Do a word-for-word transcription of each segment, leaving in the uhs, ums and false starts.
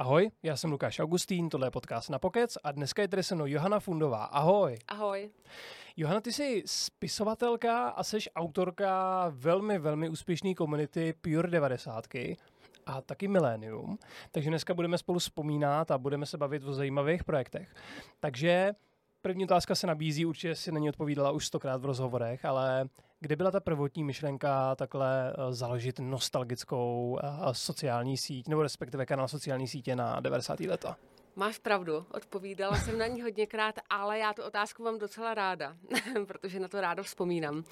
Ahoj, já jsem Lukáš Augustín, tohle je podcast Na Pokec a dneska je tady se mnou Johana Fundová. Ahoj. Ahoj. Johana, ty jsi spisovatelka a seš autorka velmi, velmi úspěšné komunity Pure devadesátky a taky Millennium, takže dneska budeme spolu vzpomínat a budeme se bavit o zajímavých projektech. Takže první otázka se nabízí, určitě si na ní odpovídala už stokrát v rozhovorech, ale kde byla ta prvotní myšlenka takhle založit nostalgickou sociální síť, nebo respektive kanál sociální sítě na devadesátá léta? Máš pravdu, odpovídala jsem na ní hodněkrát, ale já tu otázku mám docela ráda, protože na to ráda vzpomínám.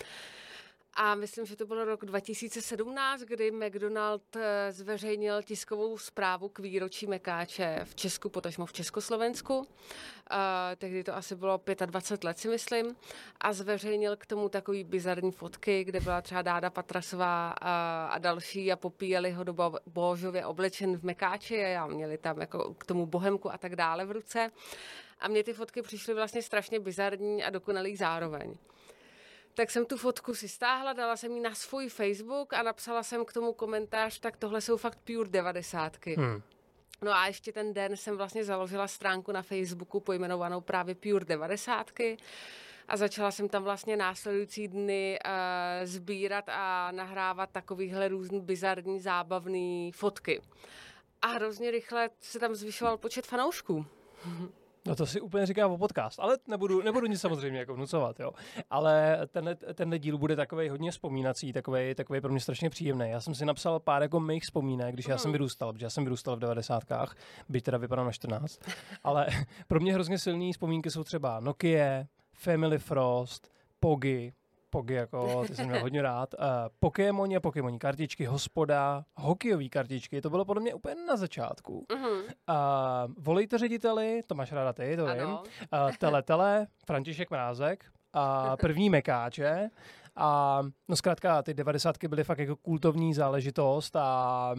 A myslím, že to bylo rok dva tisíce sedmnáct, kdy McDonald zveřejnil tiskovou zprávu k výročí Mekáče v Česku, potažmo v Československu. Uh, tehdy to asi bylo dvacet pět let, si myslím. A zveřejnil k tomu takový bizarní fotky, kde byla třeba Dáda Patrasová uh, a další a popíjeli ho do božově oblečen v Mekáči a měli tam jako k tomu bohemku a tak dále v ruce. A mně ty fotky přišly vlastně strašně bizarní a dokonalý zároveň. Tak jsem tu fotku si stáhla, dala jsem ji na svůj Facebook a napsala jsem k tomu komentář, tak tohle jsou fakt pure devadesátky. Hmm. No a ještě ten den jsem vlastně založila stránku na Facebooku pojmenovanou právě Pure devadesátky a začala jsem tam vlastně následující dny uh, sbírat a nahrávat takovýhle různý bizarní, zábavný fotky. A hrozně rychle se tam zvyšoval počet fanoušků. No to si úplně říká o podcast, ale nebudu, nebudu nic samozřejmě jako vnucovat, jo. Ale tenhle, tenhle díl bude takovej hodně vzpomínací, takovej, takovej pro mě strašně příjemný. Já jsem si napsal pár jako mých vzpomínek, když mm. já jsem vyrůstal, protože já jsem vyrůstal v devadesátkách, byť teda vypadám na čtrnáct. Ale pro mě hrozně silný vzpomínky jsou třeba Nokia, Family Frost, Pogy, Pogy, jako, ty jsem měl hodně rád. Uh, Pokémoni a Pokémoni kartičky, Hospoda, hokejové kartičky, to bylo podle mě úplně na začátku. Uh-huh. Uh, volejte řediteli, to máš ráda ty, to vím. Uh, tele, tele, František Mrázek a první Mekáče. A no zkrátka, ty devadesátky byly fakt jako kultovní záležitost a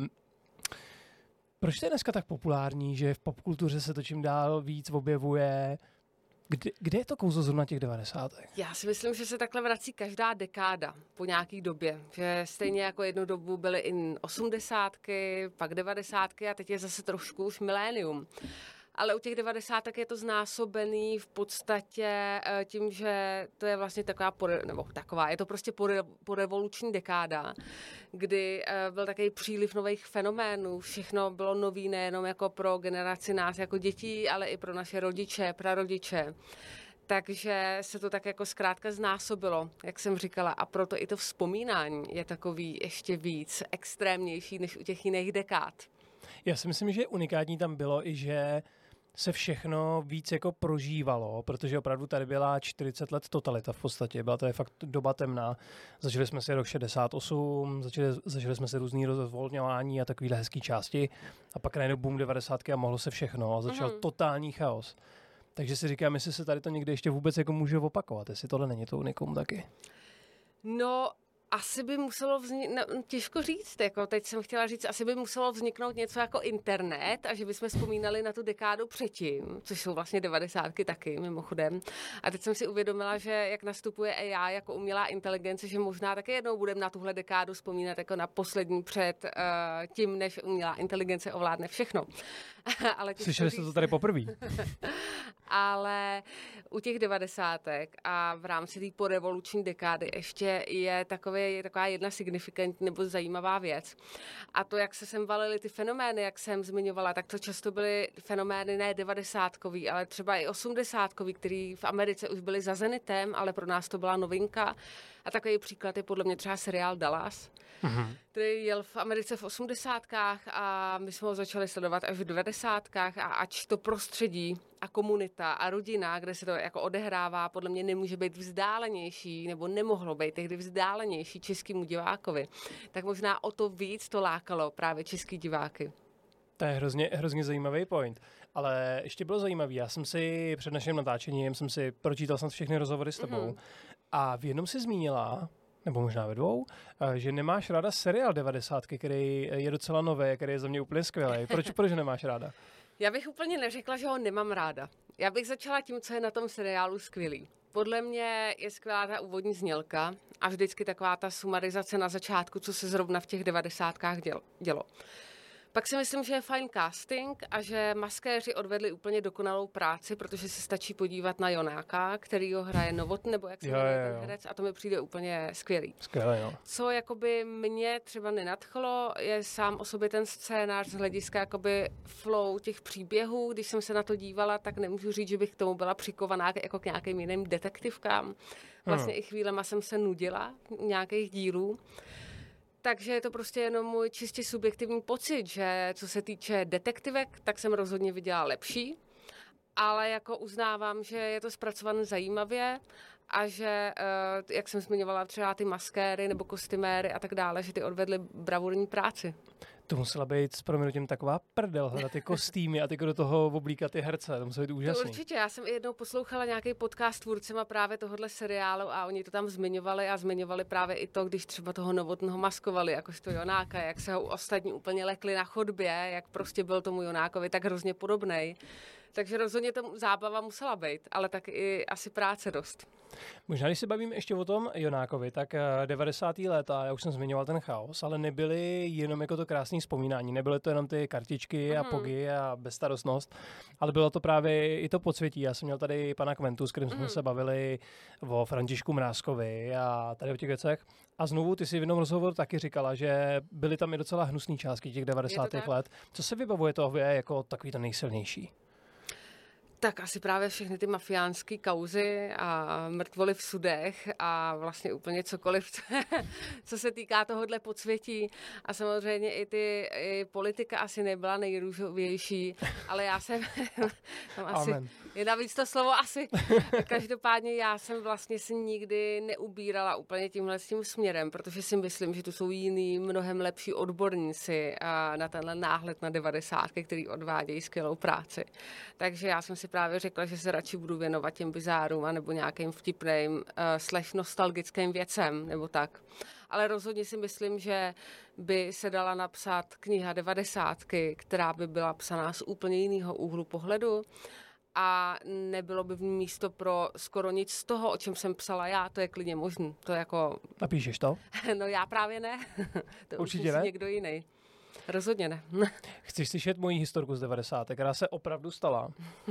proč to je dneska tak populární, že v popkultuře se to čím dál víc objevuje? Kde, kde je to kouzlo zrovna těch devadesátek? Já si myslím, že se takhle vrací každá dekáda po nějaký době. Že stejně jako jednu dobu byly i osmdesátky, pak devadesátky a teď je zase trošku už milénium. Ale u těch devadesátek je to znásobený v podstatě tím, že to je vlastně taková, pore, nebo taková, je to prostě pore, porevoluční dekáda, kdy byl takový příliv nových fenoménů, všechno bylo nový nejenom jako pro generaci nás jako dětí, ale i pro naše rodiče, prarodiče. Takže se to tak jako zkrátka znásobilo, jak jsem říkala, a proto i to vzpomínání je takový ještě víc extrémnější než u těch jiných dekád. Já si myslím, že unikátní tam bylo i, že se všechno víc jako prožívalo, protože opravdu tady byla čtyřicet let totalita v podstatě. Byla to fakt doba temná. Zažili jsme si rok šedesát osm, zažili, zažili jsme si různý rozvolňování a takovýhle hezký části a pak najednou boom devadesátky a mohlo se všechno a začal mm-hmm. totální chaos. Takže si říkám, jestli se tady to někde ještě vůbec jako může opakovat, jestli tohle není to unikum taky. No, asi by muselo vzniknout, no, těžko říct, jako teď jsem chtěla říct, asi by muselo vzniknout něco jako internet a že bychom vzpomínali na tu dekádu předtím, což jsou vlastně devadesátky taky, mimochodem. A teď jsem si uvědomila, že jak nastupuje A I jako umělá inteligence, že možná taky jednou budeme na tuhle dekádu vzpomínat jako na poslední před uh, tím, než umělá inteligence ovládne všechno. Ale slyšeli jste to tady poprvé. Ale u těch devadesátek a v rámci té porevoluční dekády ještě je takové, je taková jedna signifikantní nebo zajímavá věc. A to, jak se sem valily ty fenomény, jak jsem zmiňovala, tak to často byly fenomény ne devadesátkový, ale třeba i osmdesátkový, který v Americe už byly za zenitem, ale pro nás to byla novinka. A takový příklad je podle mě třeba seriál Dallas, mm-hmm. který jel v Americe v osmdesátkách a my jsme ho začali sledovat až v devadesátkách a ač to prostředí a komunita a rodina, kde se to jako odehrává, podle mě nemůže být vzdálenější, nebo nemohlo být tehdy vzdálenější českému divákovi, tak možná o to víc to lákalo právě český diváky. To je hrozně, hrozně zajímavý point. Ale ještě bylo zajímavý. Já jsem si před naším natáčením jsem si pročítal jsem všechny rozhovory s tebou mm-hmm. a v jednom si zmínila, nebo možná ve dvou, že nemáš ráda seriál devadesátky, který je docela nový, který je za mě úplně skvělý. Proč, proč nemáš ráda? Já bych úplně neřekla, že ho nemám ráda. Já bych začala tím, co je na tom seriálu skvělý. Podle mě je skvělá ta úvodní znělka a vždycky taková ta sumarizace na začátku, co se zrovna v těch devadesátkách dělo. Pak si myslím, že je fajn casting a že maskéři odvedli úplně dokonalou práci, protože se stačí podívat na Jonáka, který ho hraje Novotný, nebo jak se jmenuje ten herec, a to mi přijde úplně skvělý. Skvělé, jo. Co jakoby mě třeba nenadchlo, je sám o sobě ten scénář z hlediska jakoby flow těch příběhů. Když jsem se na to dívala, tak nemůžu říct, že bych k tomu byla přikovaná jako k nějakým jiným detektivkám. Vlastně hmm. i chvílema jsem se nudila nějakých dílů. Takže je to prostě jenom můj čistě subjektivní pocit, že co se týče detektivek, tak jsem rozhodně viděla lepší, ale jako uznávám, že je to zpracované zajímavě a že, jak jsem zmiňovala, třeba ty maskéry nebo kostyméry a tak dále, že ty odvedly bravurní práci. To musela být s proměnutím taková prdel, hledat ty kostýmy a ty do toho oblíkat ty herce, to muselo být úžasný. To určitě, já jsem i jednou poslouchala nějaký podcast tvůrcema právě tohohle seriálu a oni to tam zmiňovali a zmiňovali právě i to, když třeba toho Novotného maskovali, jakožto Jonáka, jak se ho ostatní úplně lekli na chodbě, jak prostě byl tomu Jonákovi tak hrozně podobnej. Takže rozhodně to zábava musela být, ale tak i asi práce dost. Možná, když se bavíme ještě o tom Jonákovi, tak devadesátá léta, já už jsem zmiňoval ten chaos, ale nebyly jenom jako to krásné vzpomínání, nebyly to jenom ty kartičky mm. a pogy a bezstarostnost, ale bylo to právě i to podsvětí. Já jsem měl tady pana Kventu, s kterým jsme mm. se bavili o Františku Mrázkovi a tady o těch věcech. A znovu ty si v jednom rozhovoru taky říkala, že byly tam i docela hnusné částky těch devadesátých let. Co se vybavuje toho jako takový to nejsilnější? Tak asi právě všechny ty mafiánské kauzy a mrtvoly v sudech a vlastně úplně cokoliv, co se týká tohohle podsvětí. A samozřejmě i ty i politika asi nebyla nejrůžovější, ale já jsem tam asi Amen. Je navíc to slovo asi. Každopádně já jsem vlastně si nikdy neubírala úplně tímhle s tím směrem, protože si myslím, že tu jsou jiný mnohem lepší odborníci a na tenhle náhled na devadesátky, který odvádějí skvělou práci. Takže já jsem si právě řekla, že se radši budu věnovat těm bizárům anebo nějakým vtipným uh, slash nostalgickým věcem, nebo tak. Ale rozhodně si myslím, že by se dala napsat kniha devadesátky, která by byla psaná z úplně jiného úhlu pohledu a nebylo by v ní místo pro skoro nic z toho, o čem jsem psala já, to je klidně možný. To jako... Napíšeš to? No já právě ne. To určitě ne? Někdo jiný. Rozhodně ne. Chci slyšet moji historku z devadesátek, která se opravdu stala.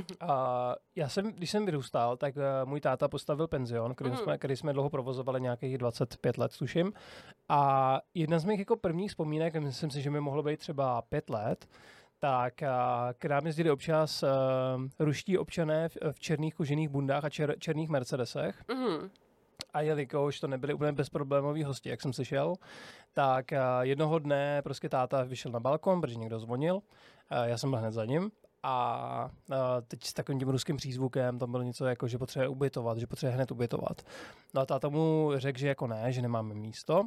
A já jsem, když jsem vyrůstal, tak můj táta postavil penzion, který, mm. jsme, který jsme dlouho provozovali, nějakých dvacet pět let, tuším. A jedna z mých jako prvních vzpomínek, myslím si, že mi mohlo být třeba pět let, tak k nám jezdili občas uh, ruští občané v, v černých kožených bundách a čer, černých Mercedesech. Mm. A jelikož to nebyli úplně bezproblémoví hosti, jak jsem slyšel, tak uh, jednoho dne prostě táta vyšel na balkon, protože někdo zvonil. Uh, já jsem byl hned za ním. A uh, teď s takovým tím ruským přízvukem tam bylo něco jako, že potřebuje ubytovat, že potřebuje hned ubytovat. No a táta mu řekl, že jako ne, že nemáme místo.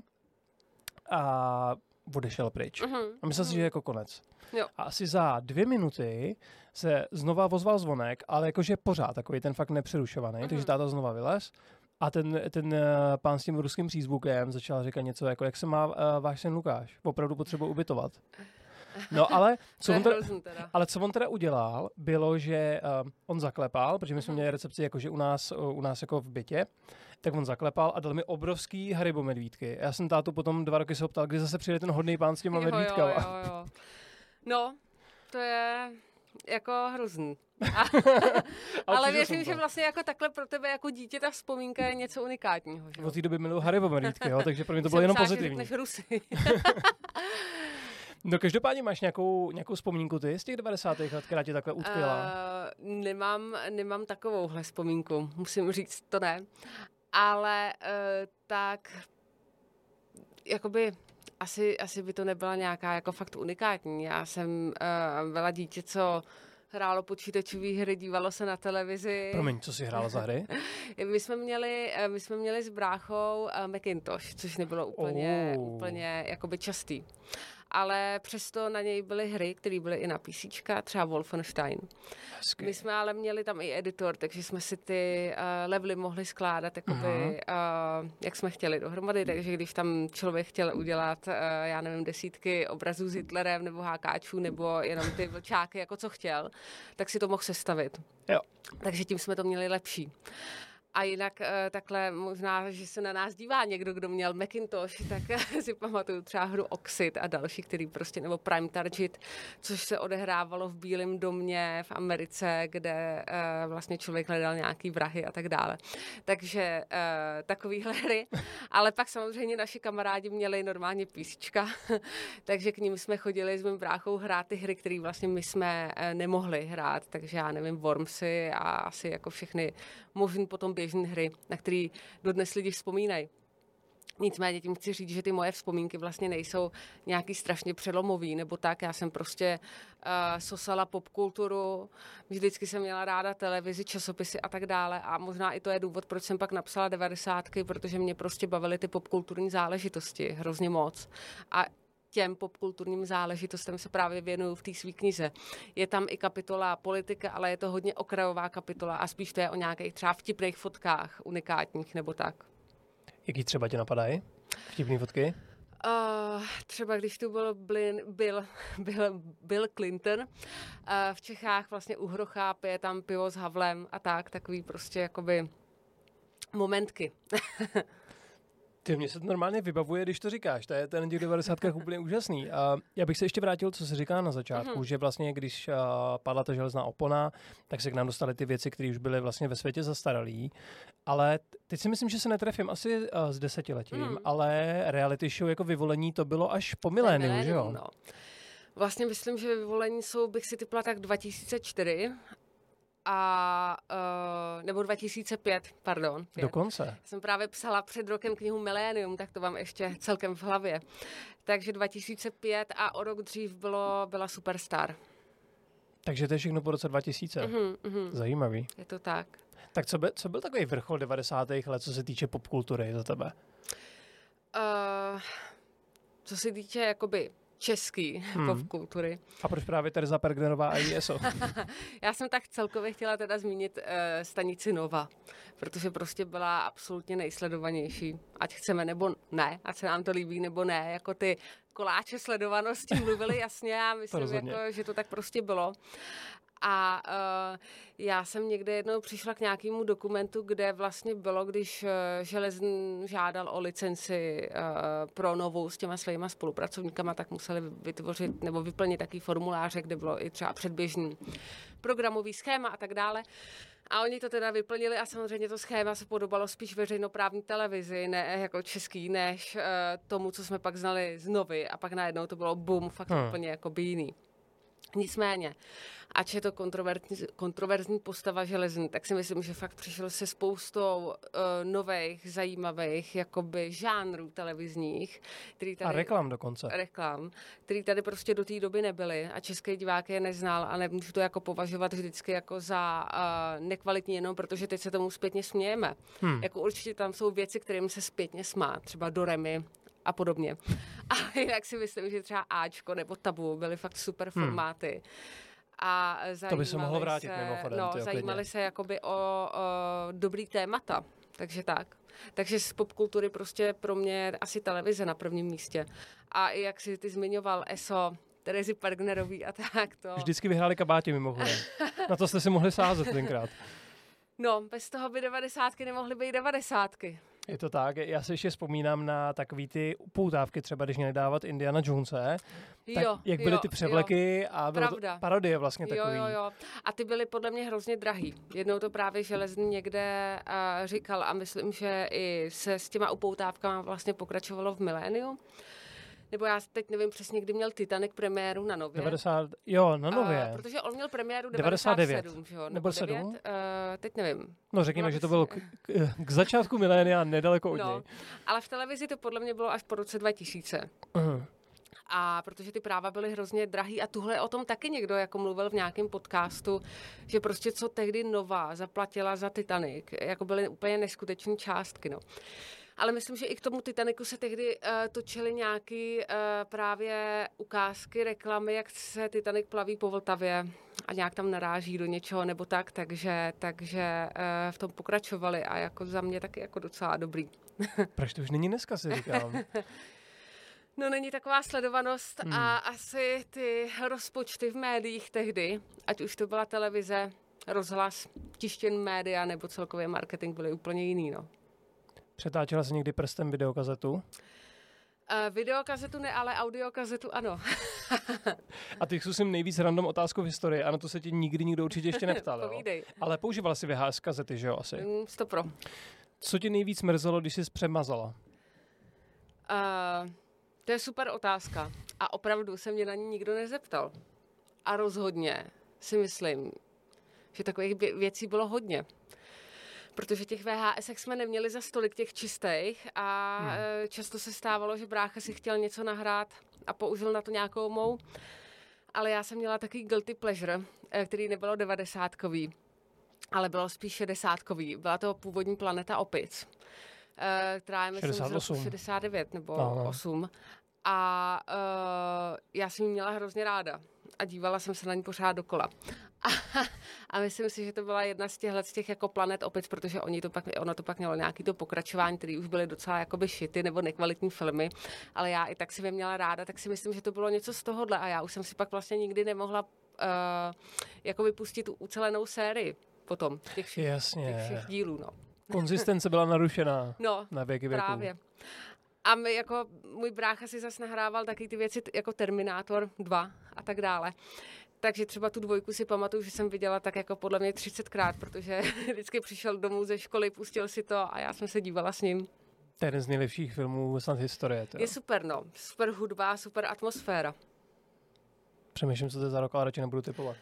A odešel pryč. Uh-huh. A myslel si, že je jako konec. Jo. A asi za dvě minuty se znova ozval zvonek, ale jakože pořád takový ten fakt nepřerušovaný, uh-huh. takže táta znova vylez a ten, ten uh, pán s tím ruským přízvukem začal říkat něco jako, jak se má uh, váš syn Lukáš, opravdu potřebuje ubytovat. No ale co, on teda, ale co on teda udělal, bylo, že uh, on zaklepal, protože my jsme měli recepci jakože u nás, uh, u nás jako v bytě, tak on zaklepal a dal mi obrovský Haribo medvídky. Já jsem tátu potom dva roky se ho ptal, kdy zase přijde ten hodný pán s těma medvídkama. Jo, jo, jo. No, to je jako hrozný. A, ale věřím, že vlastně jako takhle pro tebe jako dítě ta vzpomínka je něco unikátního. Že? Od té doby miluji Haribo medvídky, jo, takže pro mě to bylo jenom pozitivní. Řekneš Rusy. No každopádně máš nějakou, nějakou vzpomínku ty z těch devadesátých let, která tě takhle utkvěla? Uh, nemám, nemám takovouhle vzpomínku, musím říct, to ne. Ale uh, tak jakoby asi, asi by to nebyla nějaká jako fakt unikátní. Já jsem uh, byla dítě, co hrálo počítačové hry, dívalo se na televizi. Promiň, co jsi hrála za hry? my, jsme měli, my jsme měli s bráchou uh, Macintosh, což nebylo úplně, oh. úplně jakoby častý. Ale přesto na něj byly hry, které byly i na PCčka, třeba Wolfenstein. Hezky. My jsme ale měli tam i editor, takže jsme si ty uh, levely mohli skládat, jakoby, uh-huh. uh, jak jsme chtěli dohromady, takže když tam člověk chtěl udělat, uh, já nevím, desítky obrazů s Hitlerem nebo hákáčů, nebo jenom ty vlčáky, jako co chtěl, tak si to mohl sestavit. Jo. Takže tím jsme to měli lepší. A jinak takhle možná, že se na nás dívá někdo, kdo měl Macintosh, tak si pamatuju třeba hru Oxid a další, který prostě, nebo Prime Target, což se odehrávalo v Bílém domě v Americe, kde vlastně člověk hledal nějaký vrahy a tak dále. Takže takovýhle hry. Ale pak samozřejmě naši kamarádi měli normálně písíčka, takže k ním jsme chodili s mým bráchou hrát ty hry, které vlastně my jsme nemohli hrát. Takže já nevím, Wormsy a asi jako všechny možný potom běžné hry, na které dodnes lidi vzpomínají. Nicméně tím chci říct, že ty moje vzpomínky vlastně nejsou nějaký strašně přelomový, nebo tak. Já jsem prostě uh, sosala popkulturu, vždycky jsem měla ráda televizi, časopisy a tak dále. A možná i to je důvod, proč jsem pak napsala devadesátky, protože mě prostě bavily ty popkulturní záležitosti hrozně moc. A těm popkulturním záležitostem se právě věnuju v té své knize. Je tam i kapitola politika, ale je to hodně okrajová kapitola a spíš to je o nějakých třeba vtipných fotkách, unikátních nebo tak. Jaký třeba tě napadají? Vtipný fotky? Uh, třeba když tu byl Bill, Bill, Bill, Bill Clinton, uh, v Čechách vlastně u Hrocha pije tam pivo s Havlem a tak, takový prostě jakoby momentky. Ty, mě se to normálně vybavuje, když to říkáš. To je ten těch devadesátkách úplně úžasný. A já bych se ještě vrátil, co se říká na začátku, mm-hmm. že vlastně, když uh, padla ta železná opona, tak se k nám dostaly ty věci, které už byly vlastně ve světě zastaralý. Ale teď si myslím, že se netrefím asi uh, s desetiletím, mm. ale reality show jako vyvolení to bylo až po miléniu, že jo? No. Vlastně myslím, že vyvolení jsou, bych si typla tak dva tisíce čtyři a uh, nebo dva tisíce pět, pardon. Pět. Dokonce. Jsem právě psala před rokem knihu Milénium, tak to mám ještě celkem v hlavě. Takže dva tisíce pět a o rok dřív bylo, byla Superstar. Takže to je všechno po roce dva tisíce. Mm-hmm, mm-hmm. Zajímavý. Je to tak. Tak co, by, co byl takový vrchol devadesátých let, co se týče popkultury za tebe? Uh, co se týče jakoby český hmm. popkultury. A proč právě Tereza Pergnerová a I S O? Já jsem tak celkově chtěla teda zmínit uh, stanici Nova, protože prostě byla absolutně nejsledovanější. Ať chceme nebo ne, ať se nám to líbí nebo ne, jako ty koláče sledovanosti mluvili jasně a myslím, jako, že to tak prostě bylo. A uh, já jsem někde jednou přišla k nějakému dokumentu, kde vlastně bylo, když uh, Železný žádal o licenci uh, pro Novou s těma svýma spolupracovníkama, tak museli vytvořit nebo vyplnit takový formuláře, kde bylo i třeba předběžný programový schéma a tak dále. A oni to teda vyplnili a samozřejmě to schéma se podobalo spíš veřejnoprávní televizi, ne jako český, než uh, tomu, co jsme pak znali z Novy. A pak najednou to bylo bum, fakt hmm. úplně jako by jiný. Nicméně, ač je to kontroverzní, kontroverzní postava Železný, tak si myslím, že fakt přišel se spoustou uh, nových, zajímavých jakoby žánrů televizních. Který tady, a reklam dokonce. Reklam, který tady prostě do té doby nebyly a český divák je neznal a nemůžu to jako považovat vždycky jako za uh, nekvalitní jenom, protože teď se tomu zpětně smějeme. Hmm. Jako určitě tam jsou věci, kterým se zpětně smát, třeba Doremi a podobně. A jinak si myslím, že třeba Ačko nebo Tabu byly fakt super formáty. Hmm. A to by se mohlo vrátit se, mimochodem. No, zajímali se jakoby o, o dobrý témata. Takže tak. Takže z popkultury prostě pro mě asi televize na prvním místě. A i jak jsi ty zmiňoval E S O, Terezy Pergnerový a tak to. Vždycky vyhráli kabátě mimochodem. Na to jste si mohli sázet tenkrát. No, bez toho by devadesátky nemohly být devadesátky. Je to tak. Já si ještě vzpomínám na takový ty upoutávky, třeba když měli dávat Indiana Jonese, tak jo, jak byly jo, ty převleky jo. a bylo to parodie vlastně takový. Jo, jo, jo. A ty byly podle mě hrozně drahý. Jednou to právě Železný někde uh, říkal a myslím, že i se s těma upoutávkama vlastně pokračovalo v Miléniu. Nebo já teď nevím přesně, kdy měl Titanic premiéru na Nově. devadesát Jo, na Nově. Uh, protože on měl premiéru devadesát devět devadesát sedm, že jo? Nebo, Nebo sedm? Uh, teď nevím. No řekněme, že to bylo k, k, k začátku milénia nedaleko od no, něj. Ale v televizi to podle mě bylo až po roce dva tisíce. Uh-huh. A protože ty práva byly hrozně drahý a tuhle o tom taky někdo jako mluvil v nějakém podcastu, že prostě co tehdy Nová zaplatila za Titanic, jako byly úplně neskutečné částky, no. Ale myslím, že i k tomu Titaniku se tehdy uh, točily nějaké uh, právě ukázky, reklamy, jak se Titanic plaví po Vltavě a nějak tam naráží do něčeho nebo tak, takže, takže uh, v tom pokračovali a jako za mě taky jako docela dobrý. Proč to už není dneska, si říkám? No není taková sledovanost hmm. a asi ty rozpočty v médiích tehdy, ať už to byla televize, rozhlas, tištěn média nebo celkově marketing byly úplně jiný, no. Přetáčela jsi někdy prstem videokazetu? Uh, videokazetu ne, ale audiokazetu ano. A ty zkusím nejvíc random otázku v historii, a na to se ti nikdy nikdo určitě ještě neptal, jo? Povídej. Ale používala jsi V H S kazety, že jo, asi? Mm, sto pro. Co tě nejvíc mrzelo, když jsi přemazala? Uh, to je super otázka. A opravdu se mě na ní nikdo nezeptal. A rozhodně si myslím, že takových věcí bylo hodně. Protože těch V H S jsme neměli za stolik těch čistých a hmm. často se stávalo, že brácha si chtěl něco nahrát a použil na to nějakou mou. Ale já jsem měla takový guilty pleasure, který nebylo devadesátkový, ale bylo spíš šedesátkový. Byla to původní Planeta opic, která je myslím z roku šedesát devět nebo no, no. osm. A uh, já jsem ji měla hrozně ráda a dívala jsem se na ní pořád dokola. A, a myslím si, že to byla jedna z těchhle z těch jako Planet opic, protože oni to pak, ono to pak mělo nějaký to pokračování, které už byly docela jakoby šity nebo nekvalitní filmy, ale já i tak si je měla ráda, tak si myslím, že to bylo něco z tohohle a já už jsem si pak vlastně nikdy nemohla uh, jako vypustit tu ucelenou sérii potom, těch všech, Jasně. těch všech dílů. No. Konzistence byla narušená no, na věky věků. Právě. A my, jako můj brácha si zase nahrával taky ty věci jako Terminátor dva a tak dále. Takže třeba tu dvojku si pamatuju, že jsem viděla tak jako podle mě třicetkrát, protože vždycky přišel domů ze školy, pustil si to a já jsem se dívala s ním. To je jeden z nejlepších filmů snad historie. To. Je super, no. Super hudba, super atmosféra. Přemýšlím, co to je za rok, ale radši nebudu typovat.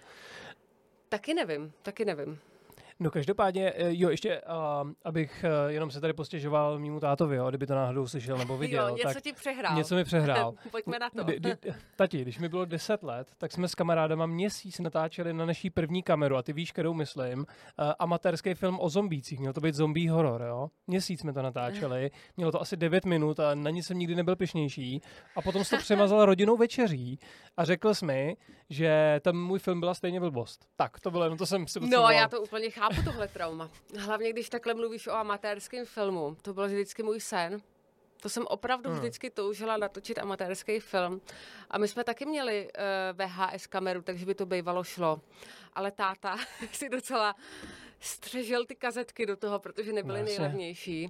Taky nevím, taky nevím. No každopádně, jo, ještě, uh, abych uh, jenom se tady postěžoval mému tátovi, jo, kdyby to náhodou slyšel nebo viděl. Jo, něco tak ti přehrál. Něco mi přehrál. Pojďme na to. D- d- tati, když mi bylo deset let, tak jsme s kamarádama měsíc natáčeli na naší první kameru, a ty víš, kterou myslím, uh, amatérský film o zombících, měl to být zombie horor, jo. Měsíc jsme to natáčeli, mělo to asi devět minut a na nic jsem nikdy nebyl pyšnější. A potom se to přemazal rodinou večeří a řekl jsi mi, že tam můj film byla stejně blbost. Tak, to bylo, no to jsem si No, já to úplně chápu, tohle trauma. Hlavně, když takhle mluvíš o amatérském filmu. To byl vždycky můj sen. To jsem opravdu hmm. vždycky toužila natočit amatérský film. A my jsme taky měli uh, V H S kameru, takže by to bývalo šlo. Ale táta si docela střežil ty kazetky do toho, protože nebyly no, nejlevnější.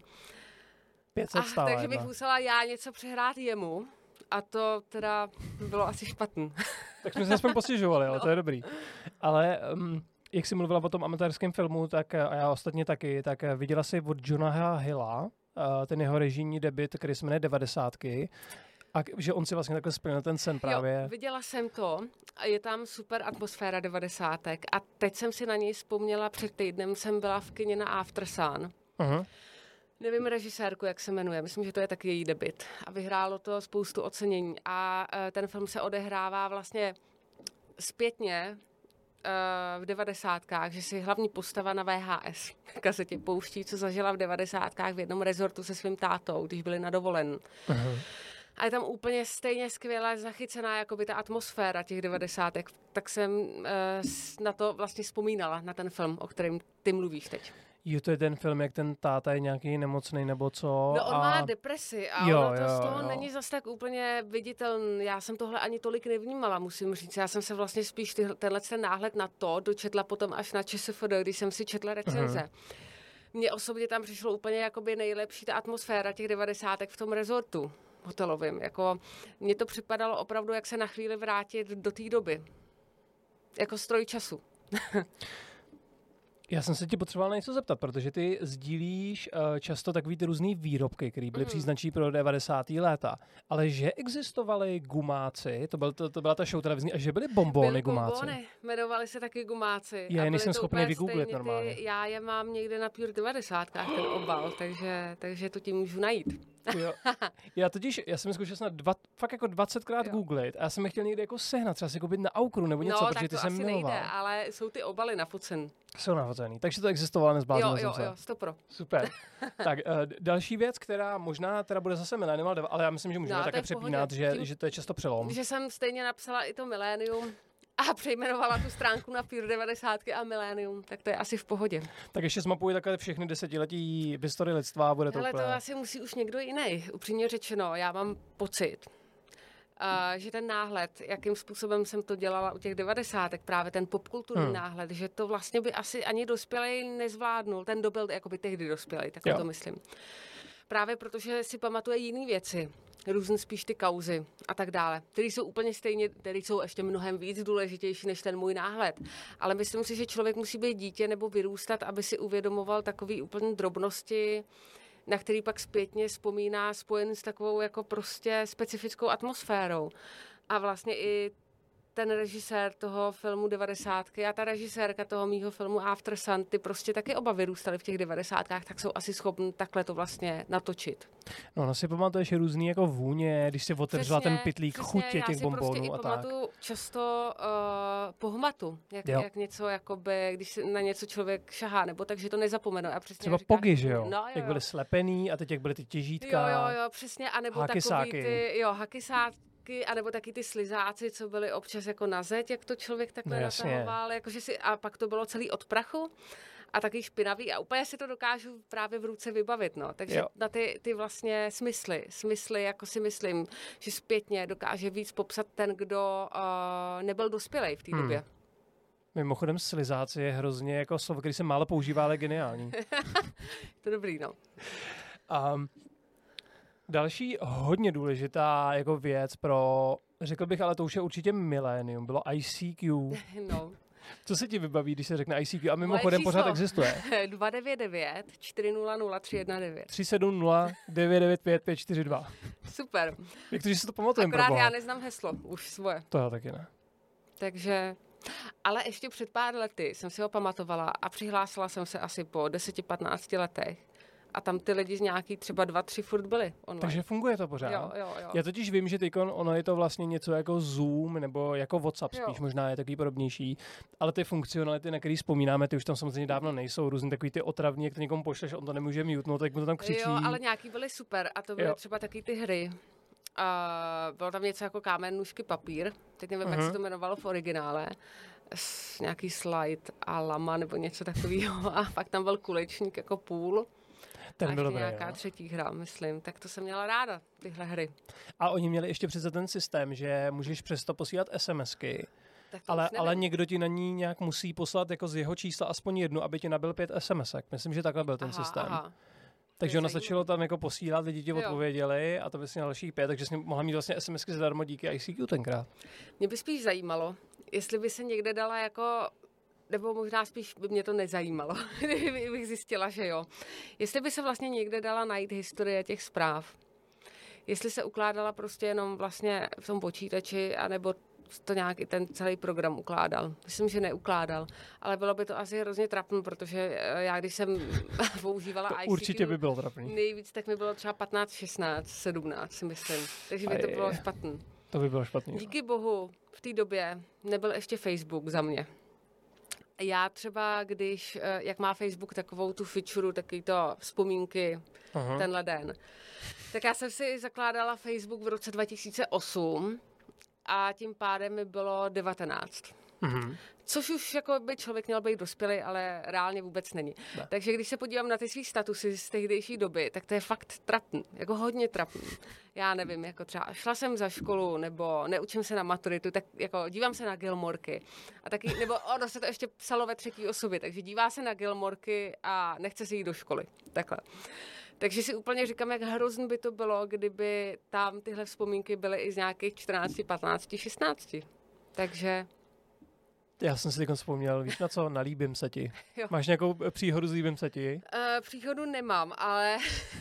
pět set stále. Takže bych musela já něco přehrát jemu. A to teda bylo asi špatný. Tak jsme se aspoň postěžovali, ale no. to je dobrý. Ale um, jak jsi mluvila o tom amatérském filmu, tak a já ostatně taky, tak viděla jsi od Jonaha Hilla, uh, ten jeho režijní debut, který se jmenuje devadesátky, a že on si vlastně takhle splnil ten sen právě. Jo, viděla jsem to a je tam super atmosféra devadesátek a teď jsem si na něj vzpomněla, před týdnem jsem byla v kině na Aftersun. Uh-huh. Nevím režisérku, jak se jmenuje, myslím, že to je taky její debut. A vyhrálo to spoustu ocenění. A uh, ten film se odehrává vlastně zpětně uh, v devadesátkách, že si hlavní postava na V H S kazetě pouští, co zažila v devadesátkách v jednom rezortu se svým tátou, když byli na dovolen. Uh-huh. A je tam úplně stejně skvěle zachycená jakoby ta atmosféra těch devadesátek. Tak jsem uh, na to vlastně vzpomínala, na ten film, o kterém ty mluvíš teď. Jo, to je ten film, jak ten táta je nějaký nemocný nebo co. No on a... má depresi a jo, ono to jo, z toho jo. není zas tak úplně viditelný. Já jsem tohle ani tolik nevnímala, musím říct. Já jsem se vlastně spíš ty, tenhle ten náhled na to dočetla potom až na ČSFD, když jsem si četla recenze. Uh-huh. Mně osobně tam přišlo úplně jakoby nejlepší ta atmosféra těch devadesátek v tom rezortu hotelovým. Jako, mně to připadalo opravdu, jak se na chvíli vrátit do té doby. Jako stroj času. Já jsem se ti potřeboval na něco zeptat, protože ty sdílíš uh, často takový ty různý výrobky, které byly mm. příznačí pro devadesátá léta. Ale že existovaly gumáci, to, byl, to, to byla ta show televizní, a že byly bonbóny byly gumáci. Bombóny, jmenovali se taky gumáci. Já je nejsem schopný vygooglit normálně. Ty, já je mám někde na Pure devadesátkách ten obal, takže, takže to ti můžu najít. Jo. Já totiž, já jsem zkoušel snad dva, fakt jako dvacetkrát googlit a já jsem je chtěl někde jako sehnat, třeba si koupit na Aukru nebo něco, no, protože ty jsem miloval. No, tak to asi nejde, ale jsou ty obaly nafocen. Jsou nafocený, takže to existovalo, nezbláznil jo, jsem jo, se. Jo, stopro. Super. Tak uh, další věc, která možná teda bude zase Millennium, ale já myslím, že můžeme no, také přepínat, že, že to je často přelom. Že jsem stejně napsala i to Millennium a přejmenovala tu stránku na Pure devadesátky a Millennium, tak to je asi v pohodě. Tak ještě zmapuji takhle všechny desetiletí v historii lidstva, bude to hele, úplně... to asi musí už někdo jiný. Upřímně řečeno, já mám pocit, Uh, že ten náhled, jakým způsobem jsem to dělala u těch devadesátek, právě ten popkulturní hmm. náhled, že to vlastně by asi ani dospělej nezvládnul, ten dobyl jakoby tehdy dospělej, tak to myslím. Právě protože si pamatuje jiné věci, různě spíš ty kauzy a tak dále, které jsou úplně stejně, které jsou ještě mnohem víc důležitější než ten můj náhled. Ale myslím si, že člověk musí být dítě nebo vyrůstat, aby si uvědomoval takový úplně drobnosti, na který pak zpětně vzpomíná spojen s takovou jako prostě specifickou atmosférou. A vlastně i ten režisér toho filmu devadesátky a ta režisérka toho mýho filmu After Sun, ty prostě taky oba vyrůstali v těch devadesátkách, tak jsou asi schopni takhle to vlastně natočit. No, no si pamatuješ různý jako vůně, když si otevřela přesně, ten pytlík přesně, chutě těch bombónů prostě a tak. Já si prostě často uh, po hmatu, jak, jak něco, jakoby, když si na něco člověk šahá, nebo takže to nezapomenu. A přesně třeba říkáš, pogy, že jo? No, jo, jak byly slepený a teď jak byly ty těžítka. Jo, jo, jo, přesně, anebo takový ty, jo, hakysáky, anebo taky ty slizáci, co byly občas jako na zeď, jak to člověk takhle no, natahoval, jakože si, a pak to bylo celý od prachu. A taky špinavý a úplně si to dokážu právě v ruce vybavit, no. Takže jo. na ty, ty vlastně smysly, smysly, jako si myslím, že zpětně dokáže víc popsat ten, kdo uh, nebyl dospělej v té hmm. době. Mimochodem slizáci je hrozně jako slovo, který se málo používá, ale geniální. To dobrý, no. Um, další hodně důležitá jako věc pro, řekl bych, ale to už je určitě milénium, bylo I C Q. No. Co se ti vybaví, když se řekne I C Q? A mimochodem pořád existuje. dva devět devět čtyři nula nula tři jedna devět tři sedm nula devět devět pět pět čtyři dva. Super. Někteří si to pamatujeme. Akorát já neznám heslo, už svoje. To já taky ne. Takže, ale ještě před pár lety jsem si ho pamatovala a přihlásila jsem se asi po deseti patnácti letech. A tam ty lidi z nějaký třeba dva, tři furt byli online. Takže funguje to pořád. Jo, jo, jo. Já totiž vím, že teďkon ono je to vlastně něco jako Zoom nebo jako WhatsApp spíš, jo. možná je takový podobnější, ale ty funkcionality, na který vzpomínáme, ty už tam samozřejmě dávno nejsou, různý takový ty otravní, jak to někomu pošleš, on to nemůže mutnout, tak mu to tam křičí. Jo, ale nějaký byly super a to byly jo. třeba taky ty hry. Uh, bylo tam něco jako kámen, nůžky, papír, teď nevím, uh-huh. jak se to jmenovalo v originále. S, nějaký slide a lama nebo něco takového a pak tam byl kulečník jako půl. Ten a byl ještě nějaká jo. třetí hra, myslím. Tak to jsem měla ráda, tyhle hry. A oni měli ještě přece ten systém, že můžeš přesto posílat SMSky, ale, ale někdo ti na ní nějak musí poslat jako z jeho čísla aspoň jednu, aby ti nabil pět SMSek. Myslím, že takhle byl ten aha, systém. Aha. Takže ono stačilo tam jako posílat, lidi ti odpověděli a to bys měl dalších pět, takže jsi mohla mít vlastně SMSky zadarmo díky I C Q tenkrát. Mě by spíš zajímalo, jestli by se někde dala jako... Nebo možná spíš by mě to nezajímalo, kdybych zjistila, že jo. Jestli by se vlastně někde dala najít historie těch zpráv. Jestli se ukládala prostě jenom vlastně v tom počítači, anebo to nějaký ten celý program ukládal. Myslím, že neukládal, ale bylo by to asi hrozně trapné, protože já, když jsem používala to I C Q určitě by bylo trapný. Nejvíc, tak mi bylo třeba patnáct, šestnáct, sedmnáct, si myslím. Takže by to bylo špatné. To by bylo špatný. Díky bohu, v té době nebyl ještě Facebook za mě. Já třeba, když, jak má Facebook takovou tu feature, taky to vzpomínky, uh-huh. tenhle den, tak já jsem si zakládala Facebook v roce dva tisíce osm a tím pádem mi bylo devatenáct. Uh-huh. Což už jako by člověk měl být dospělý, ale reálně vůbec není. Ne. Takže když se podívám na ty svý statusy z tehdejší doby, tak to je fakt trapný, jako hodně trapný. Já nevím, jako třeba šla jsem za školu, nebo neučím se na maturitu, tak jako dívám se na Gilmorky. A taky, nebo ono se to ještě psalo ve třetí osobě, takže dívá se na Gilmorky a nechce si jít do školy. Takhle. Takže si úplně říkám, jak hrozný by to bylo, kdyby tam tyhle vzpomínky byly i z nějakých čtrnáct, patnáct, šestnáct. Takže... Já jsem si teď vzpomněl, víš na co? Na Líbím se ti. Jo. Máš nějakou příhodu s Líbím se ti? Uh, příhodu nemám, ale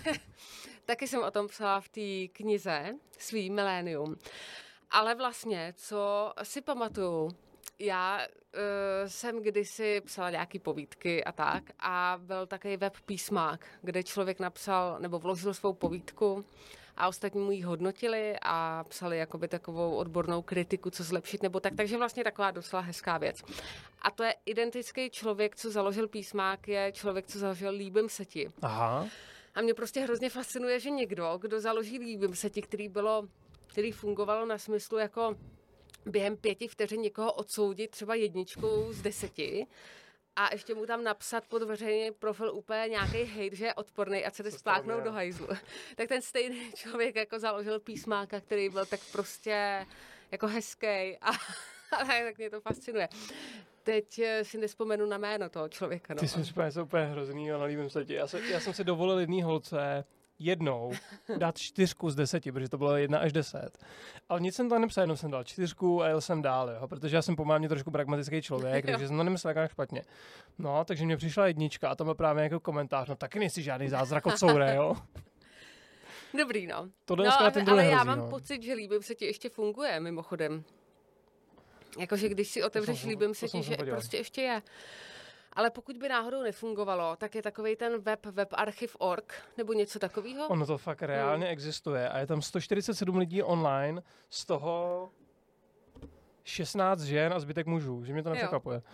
taky jsem o tom psala v té knize Svý milénium. Ale vlastně, co si pamatuju, já uh, jsem kdysi psala nějaký povídky a tak a byl takový web Písmák, kde člověk napsal nebo vložil svou povídku a ostatní mu ji hodnotili a psali jakoby takovou odbornou kritiku, co zlepšit nebo tak. Takže vlastně taková docela hezká věc. A to je identický člověk, co založil Písmák, je člověk, co založil Líbím se ti. Aha. A mě prostě hrozně fascinuje, že někdo, kdo založí Líbím se ti, který bylo, který fungovalo na smyslu jako během pěti vteřin někoho odsoudit třeba jedničkou z deseti, a ještě mu tam napsat pod veřejný profil úplně nějaký hejt, že je odporný a chce spláknout do hajzlu. Tak ten stejný člověk jako založil písmáka, který byl tak prostě jako hezký a ale tak mě to fascinuje. Teď si nespomenu na jméno toho člověka. No. Ty jsi mi připadá něco úplně hroznýho, no líbím se ti. Já, se, já jsem si dovolil jedný holce jednou dát čtyřku z deseti, protože to bylo jedna až deset. Ale nic jsem tam nepsal, jenom jsem dal čtyřku a jel jsem dál, jo, protože já jsem pomámě trošku pragmatický člověk, takže jsem to nemyslel jak špatně. No, takže mě přišla jednička a tam byl právě jako komentář, no taky nejsi žádný zázrak od Soure, jo. Dobrý, no. Tohle no, ale, ten ale hrozí, já mám no. pocit, že líbím se ti ještě funguje, mimochodem. Jakože když si otevřeš líbím se ti, že prostě ještě je. Ale pokud by náhodou nefungovalo, tak je takovej ten web webarchiv tečka org nebo něco takového. Ono to fakt reálně hmm. existuje a je tam sto čtyřicet sedm lidí online, z toho šestnáct žen a zbytek mužů, že mě to nepřekvapuje.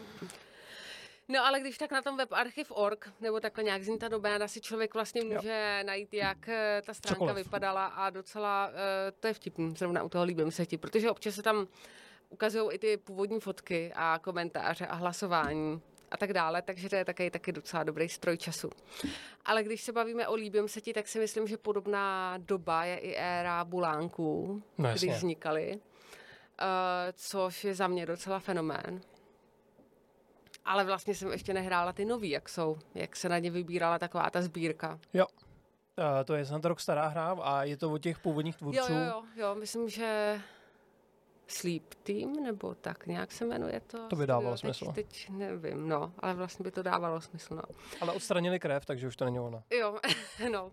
No ale když tak na tom webarchiv tečka org nebo takhle nějak zní ta doména, si člověk vlastně může jo. najít, jak ta stránka Cokoliv. vypadala a docela, uh, to je vtipný, zrovna u toho líbím se ti, protože občas se tam ukazují i ty původní fotky a komentáře a hlasování a tak dále, takže to je taky, taky docela dobrý stroj času. Ale když se bavíme o líbím se ti, tak si myslím, že podobná doba je i éra bulánků, no, když vznikaly, uh, což je za mě docela fenomén. Ale vlastně jsem ještě nehrála ty nový, jak jsou, jak se na ně vybírala taková ta sbírka. Jo, uh, to je snad rok stará hra a je to od těch původních tvůrců. Jo, jo, jo, jo, myslím, že Sleep Team, nebo tak nějak se jmenuje to. To by dávalo jo, teď, smysl. Teď nevím, no, ale vlastně by to dávalo smysl, no. Ale odstranili krev, takže už to není ono. Jo, no.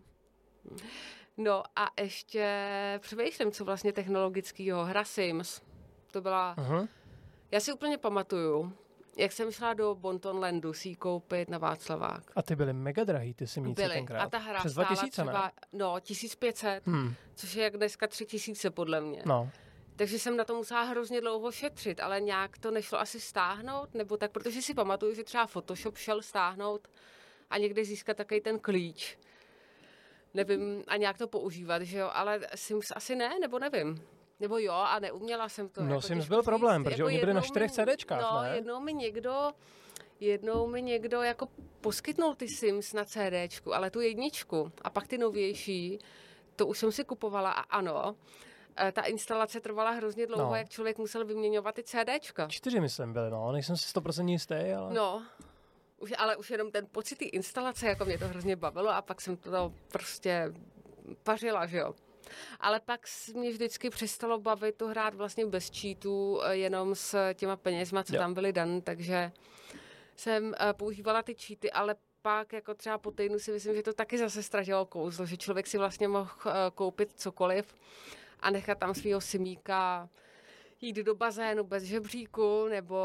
No a ještě přemýšlím, co vlastně technologického. Hra Sims. To byla... Uh-huh. Já si úplně pamatuju, jak jsem šla do Bontonlandu si ji koupit na Václavák. A ty byly mega drahý, ty simíci tenkrát. A ta hra přes stála dva tisíce, třeba, ne? no, tisíc pět set, hmm. což je jak dneska tři tisíce podle mě. No. Takže jsem na to musela hrozně dlouho šetřit, ale nějak to nešlo asi stáhnout, nebo tak, protože si pamatuju, že třeba Photoshop šel stáhnout a někde získat takový ten klíč. Nevím, a nějak to používat, že jo, ale Sims asi ne, nebo nevím. Nebo jo, a neuměla jsem to. No jako Sims byl problém, protože jako oni byli na čtyřech CDčkách, no, ne? No, jednou mi někdo, jednou mi někdo jako poskytnul ty Sims na CDčku, ale tu jedničku a pak ty novější, to už jsem si kupovala a ano, ta instalace trvala hrozně dlouho, no. jak člověk musel vyměňovat ty CDčka. Čtyři myslím byly, no, nejsem si sto procent jistý, ale... No, už, ale už jenom ten pocit té instalace, jako mě to hrozně bavilo a pak jsem to prostě pařila, že jo. Ale pak mě vždycky přestalo bavit to hrát vlastně bez cheatů, jenom s těma penězma, co jo. tam byly dan, takže jsem uh, používala ty cheaty, ale pak jako třeba po týdnu si myslím, že to taky zase ztratilo kouzlo, že člověk si vlastně mohl uh, koupit cokoliv a nechat tam svýho simíka jít do bazénu bez žebříku, nebo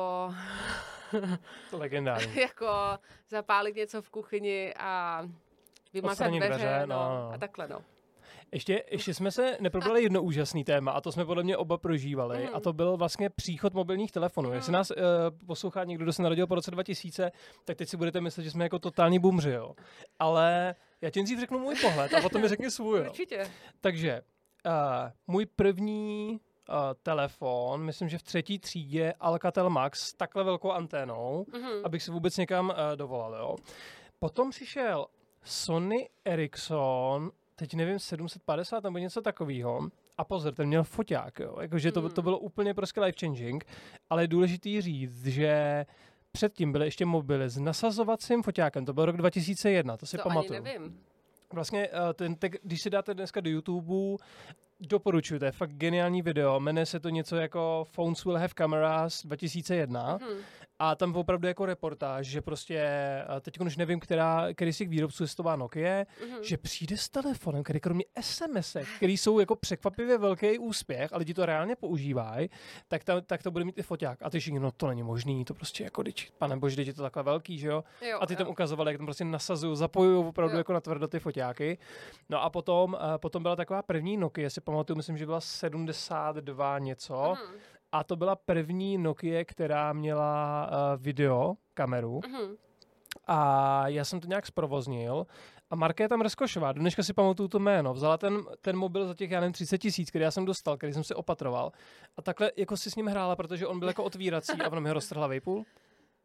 legendární. jako zapálit něco v kuchyni a vymazat dveře, dveře no, no. a takhle, no. Ještě, ještě jsme se neprobrali jedno úžasný téma a to jsme podle mě oba prožívali mm. a to byl vlastně příchod mobilních telefonů. Mm. Jestli nás uh, poslouchá někdo, kdo se narodil po roce dva tisíce, tak teď si budete myslet, že jsme jako totální bumři, jo. Ale já ti nejdřív řeknu můj pohled a potom mi řekni svůj. Určitě. Takže uh, můj první uh, telefon, myslím, že v třetí třídě Alcatel Max s takhle velkou anténou, mm-hmm. abych se vůbec někam uh, dovolal, jo. Potom přišel Sony Ericsson, teď nevím, sedm set padesát nebo něco takového. A pozor, ten měl foťák, jo. Jakože to, to bylo úplně prostě life changing, ale je důležitý říct, že předtím byly ještě mobily s nasazovacím foťákem, to byl rok dva tisíce jedna, to si to pamatuju. Ani nevím. Vlastně, ten, te, když si dáte dneska do YouTube, doporučuji, to je fakt geniální video, jmenuje se to něco jako Phones Will Have Cameras dva tisíce jedna mm-hmm. a tam opravdu jako reportáž, že prostě, teď už nevím, která, který z těch výrobců, jestli to má Nokia, mm-hmm. že přijde s telefonem, který kromě SMSek, který jsou jako překvapivě velký úspěch, a lidi to reálně používají, tak, ta, tak to bude mít i foťák. A ty všichni, no to není možný, to prostě jako, dyč, pane bože, teď je to takhle velký, že jo? jo a ty jo. tam ukazovali, jak tam prostě nasazují, zapojují opravdu jo. jako na tvrdo ty foťáky. No a potom, potom byla taková první Nokia, si pamatuju, myslím, že byla sedmdesát dva něco. Mm. A to byla první Nokia, která měla uh, video kameru. Mm. A já jsem to nějak zprovoznil. A Markéta tam Reskošová, do dneška si pamatuju to jméno, vzala ten, ten mobil za těch, já nevím, třicet tisíc, který já jsem dostal, který jsem si opatroval. A takhle jako si s ním hrála, protože on byl jako otvírací a ona mi ho roztrhla vejpůl.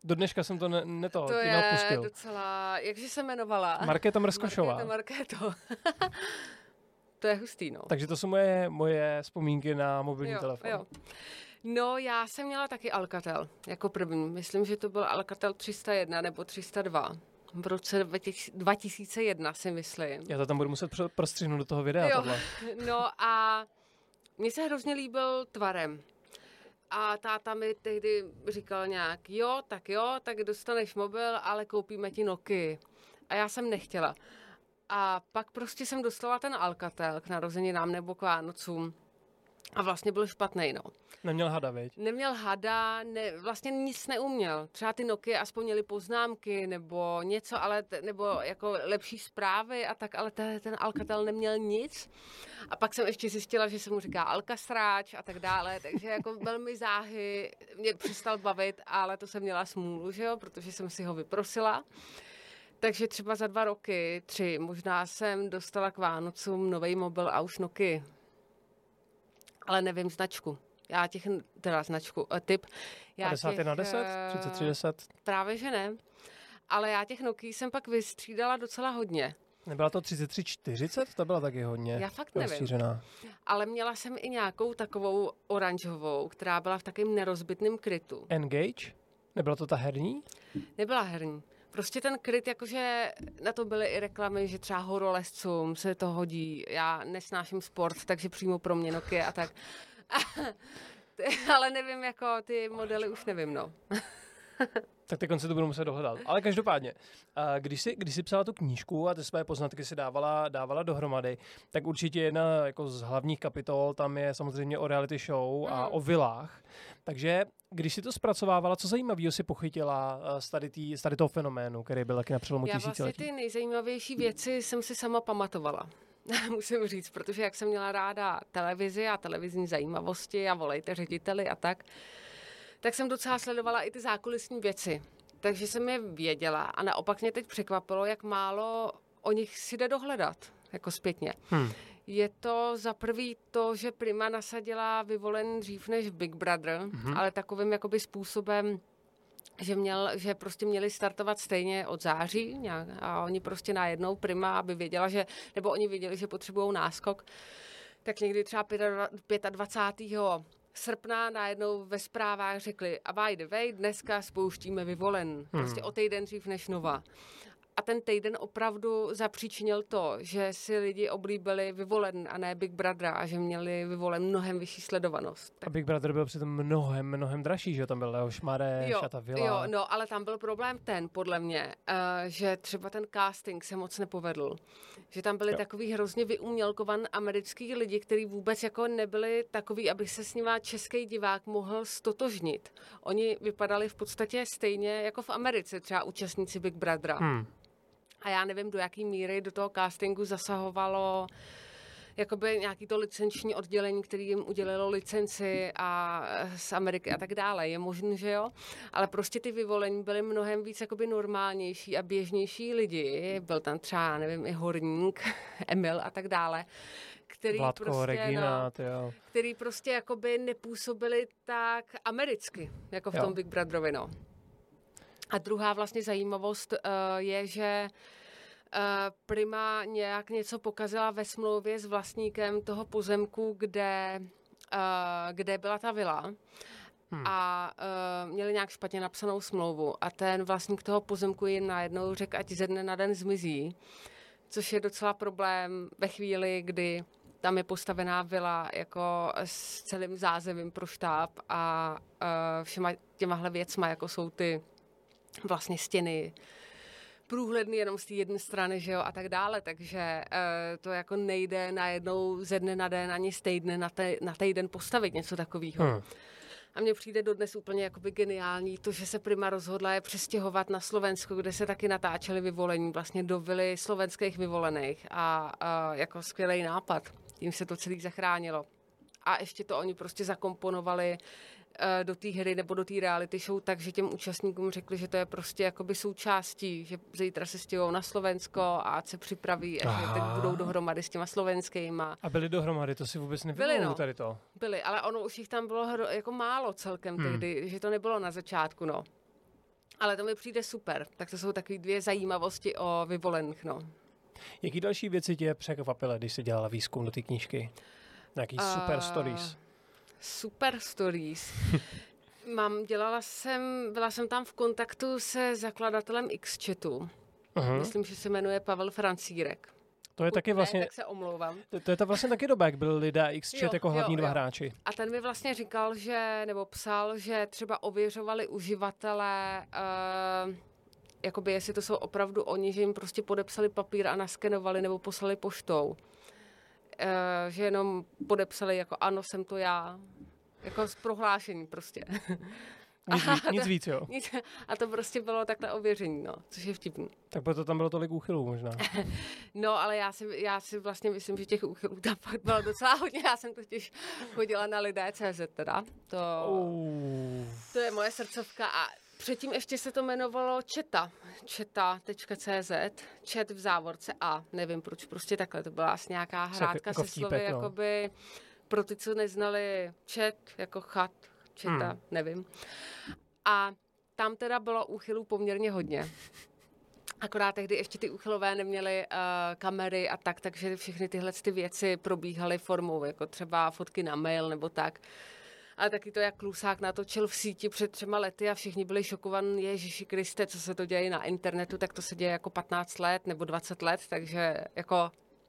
Do dneška jsem to ne, ne to, To ti je neodpustil. docela, jakže se jmenovala? Markéta Mrskošová. Markéto, Markéto. To je hustý, no. Takže to jsou moje, moje vzpomínky na mobilní jo, telefon. Jo. No, já jsem měla taky Alcatel jako první. Myslím, že to byl Alcatel tři sta jedna nebo tři sta dva. V roce dva tisíce jedna si myslím. Já to tam budu muset prostřihnout do toho videa. Jo. Tohle. No a mně se hrozně líbil tvarem. A táta mi tehdy říkal nějak, jo, tak jo, tak dostaneš mobil, ale koupíme ti Nokia. A já jsem nechtěla. A pak prostě jsem dostala ten Alcatel k narozeninám nebo k Vánocům. A vlastně byl špatnej, no. Neměl hada, viď? Neměl hada, ne, vlastně nic neuměl. Třeba ty Nokia aspoň měly poznámky nebo něco, ale t- nebo jako lepší zprávy a tak, ale ten, ten Alcatel neměl nic. A pak jsem ještě zjistila, že se mu říká Alcasráč a tak dále, takže jako velmi záhy mě přestal bavit, ale to jsem měla smůlu, že jo, protože jsem si ho vyprosila. Takže třeba za dva roky, tři, možná jsem dostala k Vánocům nový mobil a už Nokia. Ale nevím značku. Já těch, teda značku, typ. Já padesát těch, na deset? třicet tři deset? Právě, že ne. Ale já těch Nokia jsem pak vystřídala docela hodně. Nebyla to třicet tři čtyřicet? To byla taky hodně Já fakt nevím. rozšířená. Ale měla jsem i nějakou takovou oranžovou, která byla v takovém nerozbitném krytu. Engage? Nebyla to ta herní? Nebyla herní. Prostě ten kryt, jakože na to byly i reklamy, že třeba horolezcům se to hodí. Já nesnáším sport, takže přímo pro mě Nokia a tak. Ale nevím, jako ty modely už nevím, no. Tak ty konce to budu muset dohledat. Ale každopádně, když jsi, když jsi psala tu knížku a ty své poznatky si dávala, dávala dohromady, tak určitě jedna jako z hlavních kapitol tam je samozřejmě o reality show a mm. o vilách. Takže když si to zpracovávala, co zajímavého si pochytila z tady, tý, z tady toho fenoménu, který byl taky na přelomu tisíciletí? Já vlastně ty nejzajímavější věci jsem si sama pamatovala. Musím říct, protože jak jsem měla ráda televizi a televizní zajímavosti a volejte řediteli a tak, tak jsem docela sledovala i ty zákulisní věci. Takže jsem je věděla a naopak mě teď překvapilo, jak málo o nich si jde dohledat, jako zpětně. Hmm. Je to za prvý to, že Prima nasadila Vyvolen dřív než Big Brother, hmm. ale takovým jakoby způsobem, že, měl, že prostě měli startovat stejně od září nějak, a oni prostě najednou Prima, aby věděla, že, nebo oni věděli, že potřebují náskok, tak někdy třeba dvacátého pátého srpna najednou ve zprávách řekli a by the way, dneska spouštíme Vyvolen. Prostě hmm. o týden dřív než Nova. A ten týden opravdu zapříčinil to, že si lidi oblíbili Vyvolen a ne Big Brother a že měli Vyvolen mnohem vyšší sledovanost. Tak... A Big Brother byl přitom mnohem, mnohem dražší, že tam byl Leoš Mareš a ta vila. Jo, no, ale tam byl problém ten, podle mě, uh, že třeba ten casting se moc nepovedl. Že tam byli jo. takový hrozně vyumělkovan americký lidi, kteří vůbec jako nebyli takový, aby se s nima český divák mohl stotožnit. Oni vypadali v podstatě stejně jako v Americe, třeba účastníci Big Brothera. Hmm. A já nevím, do jaký míry do toho castingu zasahovalo jakoby nějaký to licenční oddělení, který jim udělilo licenci a z Ameriky a tak dále. Je možné, že jo? Ale prostě ty vyvolení byly mnohem víc jakoby normálnější a běžnější lidi. Byl tam třeba, nevím, i Horník, Emil a tak dále. Který Vládko, prostě, Regina, no, tyjo. který prostě jakoby nepůsobili tak americky, jako v jo. tom Big Brotherovi, no. A druhá vlastně zajímavost uh, je, že uh, Prima nějak něco pokazila ve smlouvě s vlastníkem toho pozemku, kde, uh, kde byla ta vila. Hmm. A uh, měli nějak špatně napsanou smlouvu. A ten vlastník toho pozemku jim najednou řekl, ať ze dne na den zmizí. Což je docela problém ve chvíli, kdy tam je postavená vila jako s celým zázemím pro štáb a uh, všema těmahle věcma, jako jsou ty vlastně stěny průhledný jenom z té jedné strany, že jo, a tak dále, takže uh, to jako nejde najednou ze dne na den ani z týdne na, te, na týden postavit něco takového. Hmm. A mně přijde dodnes úplně jakoby geniální to, že se Prima rozhodla je přestěhovat na Slovensko, kde se taky natáčeli Vyvolení, vlastně do vily slovenských vyvolených a, a jako skvělý nápad. Tím se to celý zachránilo. A ještě to oni prostě zakomponovali do té hry nebo do té reality show, takže těm účastníkům řekli, že to je prostě jakoby součástí, že zítra se stěhujou na Slovensko a ať se připraví, a že teď budou dohromady s těma slovenskýma. A byli dohromady, to si vůbec nevěděli, no, tady to. Byli, ale ono už jich tam bylo hro, jako málo celkem hmm. tehdy, že to nebylo na začátku, no. Ale to mi přijde super. Tak to jsou takové dvě zajímavosti o vyvolených, no. Jaký další věci tě překvapily, když jsi dělala výzkum do té knížky? Nějaký uh, super stories? Super stories. Mám, dělala jsem, byla jsem tam v kontaktu se zakladatelem Xchatu. Uh-huh. Myslím, že se jmenuje Pavel Francírek. To je Pokud taky vlastně, ne, tak se omlouvám. To, to je to vlastně taky doba, jak byl Lidé a Xchat jako hlavní jo, dva jo. hráči. A ten mi vlastně říkal, že, nebo psal, že třeba ověřovali uživatelé, uh, jakoby jestli to jsou opravdu oni, že jim prostě podepsali papír a naskenovali nebo poslali poštou. Uh, že jenom podepsali jako ano, jsem to já. Jako z prohlášení prostě. Nic, víc, nic víc, jo. Nic, a to prostě bylo takhle ověření, no, což je vtipný. Tak proto tam bylo tolik úchylů možná. No, ale já si, já si vlastně myslím, že těch úchylů tam bylo docela hodně. Já jsem totiž chodila na lidé tečka cé zet teda. To, uh. to je moje srdcovka. A předtím ještě se to jmenovalo Četa. Četa tečka cé zet. Čet v závorce A. Nevím proč, prostě takhle. To byla asi nějaká hrádka jako se vtípek, slovy, no. Jakoby pro ty, co neznali čet, jako chat, četa, hmm. nevím. A tam teda bylo úchylů poměrně hodně. Akorát tehdy ještě ty úchylové neměly uh, kamery a tak, takže všechny tyhle ty věci probíhaly formou, jako třeba fotky na mail nebo tak. Ale taky to, jak Klusák natočil v síti před třema lety a všichni byli šokovaní, Ježiši Kriste, co se to děje na internetu, tak to se děje jako patnáct let nebo dvacet let, takže jako...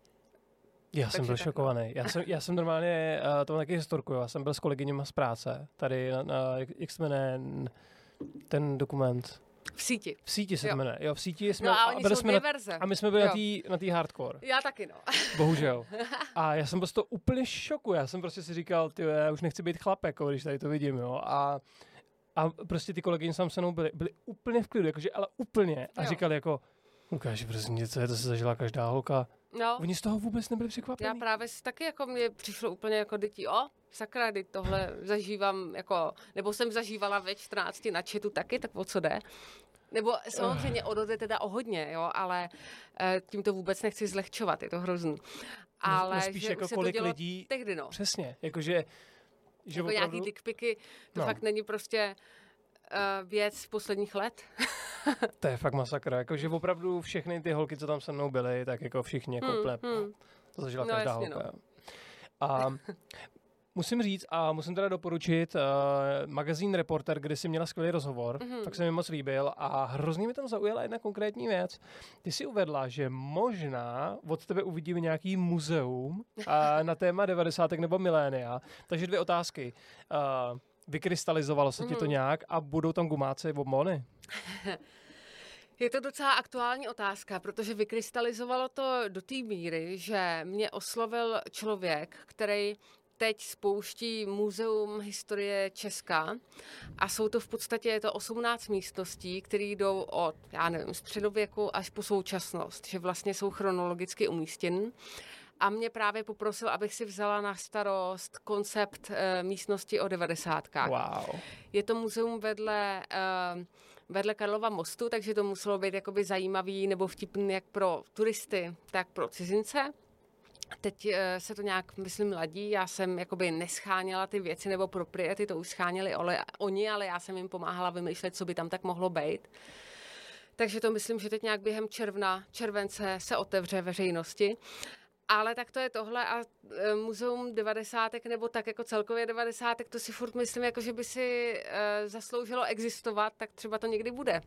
Já jsem byl šokovaný. Já jsem, já jsem normálně, uh, to mám taky historku, já jsem byl s kolegyněma z práce, tady, na, na, jak, jak se jmenuje ten dokument? V síti. V síti se jo. to jmenuje. Jo, v síti jsme... No a oni byli jsou jsme dvě na, verze. A my jsme byli jo. na té hardcore. Já taky, no. Bohužel. A já jsem prostě úplně šoku. Já jsem prostě si říkal, tyjo, já už nechci být chlap, jako, když tady to vidím, jo. A, a prostě ty kolegyně tam se mnou byly, byly úplně v klidu, jakože, ale úplně. A jo. říkali jako, ukáž, prostě co je, to se zažila každá holka. No. Oni z toho vůbec nebyli překvapení. Já právě taky jako mě přišlo úplně jako děti, o, sakra, teď tohle zažívám jako, nebo jsem zažívala ve čtrnácti na chatu taky, tak o co jde? Nebo samozřejmě uh. odjde teda o hodně, jo, ale e, tím to vůbec nechci zlehčovat, je to hrozný. Ale no, spíš že jako se kolik to dělo lidí, tehdy, no. Přesně, jakože že jako opravdu... nějaký dickpiky, to no. fakt není prostě uh, věc z posledních let. To je fakt masakra, jakože opravdu všechny ty holky, co tam se mnou byly, tak jako všichni jako hmm, plep. Hmm. To zažila no, každá jasně, holka. No. A musím říct, a musím teda doporučit, uh, magazín Reporter, kde jsi měla skvělý rozhovor, mm-hmm. tak se mi moc líbil a hrozně mi tam zaujala jedna konkrétní věc. Ty jsi uvedla, že možná od tebe uvidíme nějaký muzeum uh, na téma devadesátek nebo milénia. Takže dvě otázky. Uh, vykrystalizovalo se mm-hmm. ti to nějak a budou tam gumáci v obmony? Je to docela aktuální otázka, protože vykrystalizovalo to do té míry, že mě oslovil člověk, který teď spouští Muzeum historie Česka a jsou to v podstatě je to osmnáct místností, které jdou od, já nevím, středověku až po současnost, že vlastně jsou chronologicky umístěny. A mě právě poprosil, abych si vzala na starost koncept e, místnosti o devadesátkách. Wow. Je to muzeum vedle... E, vedle Karlova mostu, takže to muselo být jakoby zajímavý nebo vtipný jak pro turisty, tak pro cizince. Teď se to nějak, myslím, ladí. Já jsem jakoby nescháněla ty věci nebo propriety, to už scháněli oni, ale já jsem jim pomáhala vymýšlet, co by tam tak mohlo být. Takže to myslím, že teď nějak během června, července se otevře veřejnosti. Ale tak to je tohle a e, muzeum devadesátek nebo tak jako celkově devadesátek, to si furt myslím, jako že by si e, zasloužilo existovat, tak třeba to někdy bude.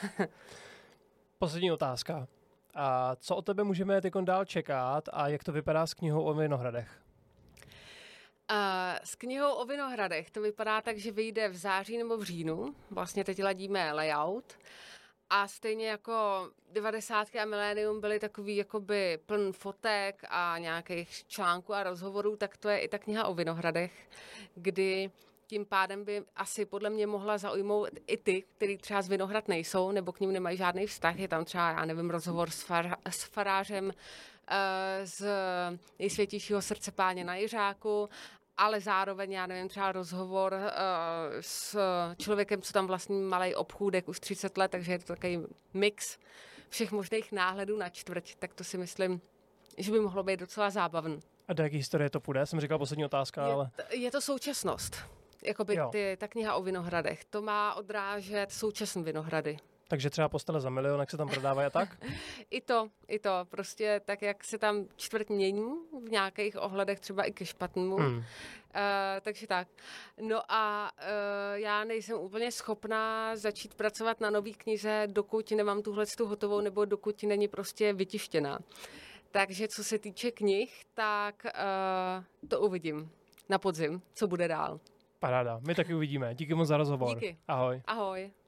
Poslední otázka. A co od tebe můžeme teď dál čekat a jak to vypadá s knihou o Vinohradech? Uh, s knihou o Vinohradech to vypadá tak, že vyjde v září nebo v říjnu. Vlastně teď ladíme layout. A stejně jako devadesátky a milénium byly takový jakoby pln fotek a nějakých článků a rozhovorů, tak to je i ta kniha o Vinohradech, kdy tím pádem by asi podle mě mohla zaujmout i ty, kteří třeba z Vinohrad nejsou, nebo k nim nemají žádný vztah. Je tam třeba, já nevím, rozhovor s, far, s farářem uh, z Nejsvětějšího srdce Páně na Jiřáku, ale zároveň, já nevím, třeba rozhovor uh, s člověkem, co tam vlastní malej obchůdek už třicet let, takže je to takový mix všech možných náhledů na čtvrť, tak to si myslím, že by mohlo být docela zábavný. A do jaké historie to půjde? Jsem říkal poslední otázka, je, ale... Je to současnost. Jakoby ty, ta kniha o vinohradech. To má odrážet současné vinohrady. Takže třeba postele za milion, jak se tam prodávají a tak? I to, i to. Prostě tak, jak se tam čtvrt mění v nějakých ohledech, třeba i ke špatnému. Hmm. Uh, takže tak. No a uh, já nejsem úplně schopná začít pracovat na nový knize, dokud nemám tuhle tu hotovou, nebo dokud není prostě vytištěná. Takže co se týče knih, tak uh, to uvidím na podzim, co bude dál. Paráda, my taky uvidíme. Díky moc za rozhovor. Díky. Ahoj. Ahoj.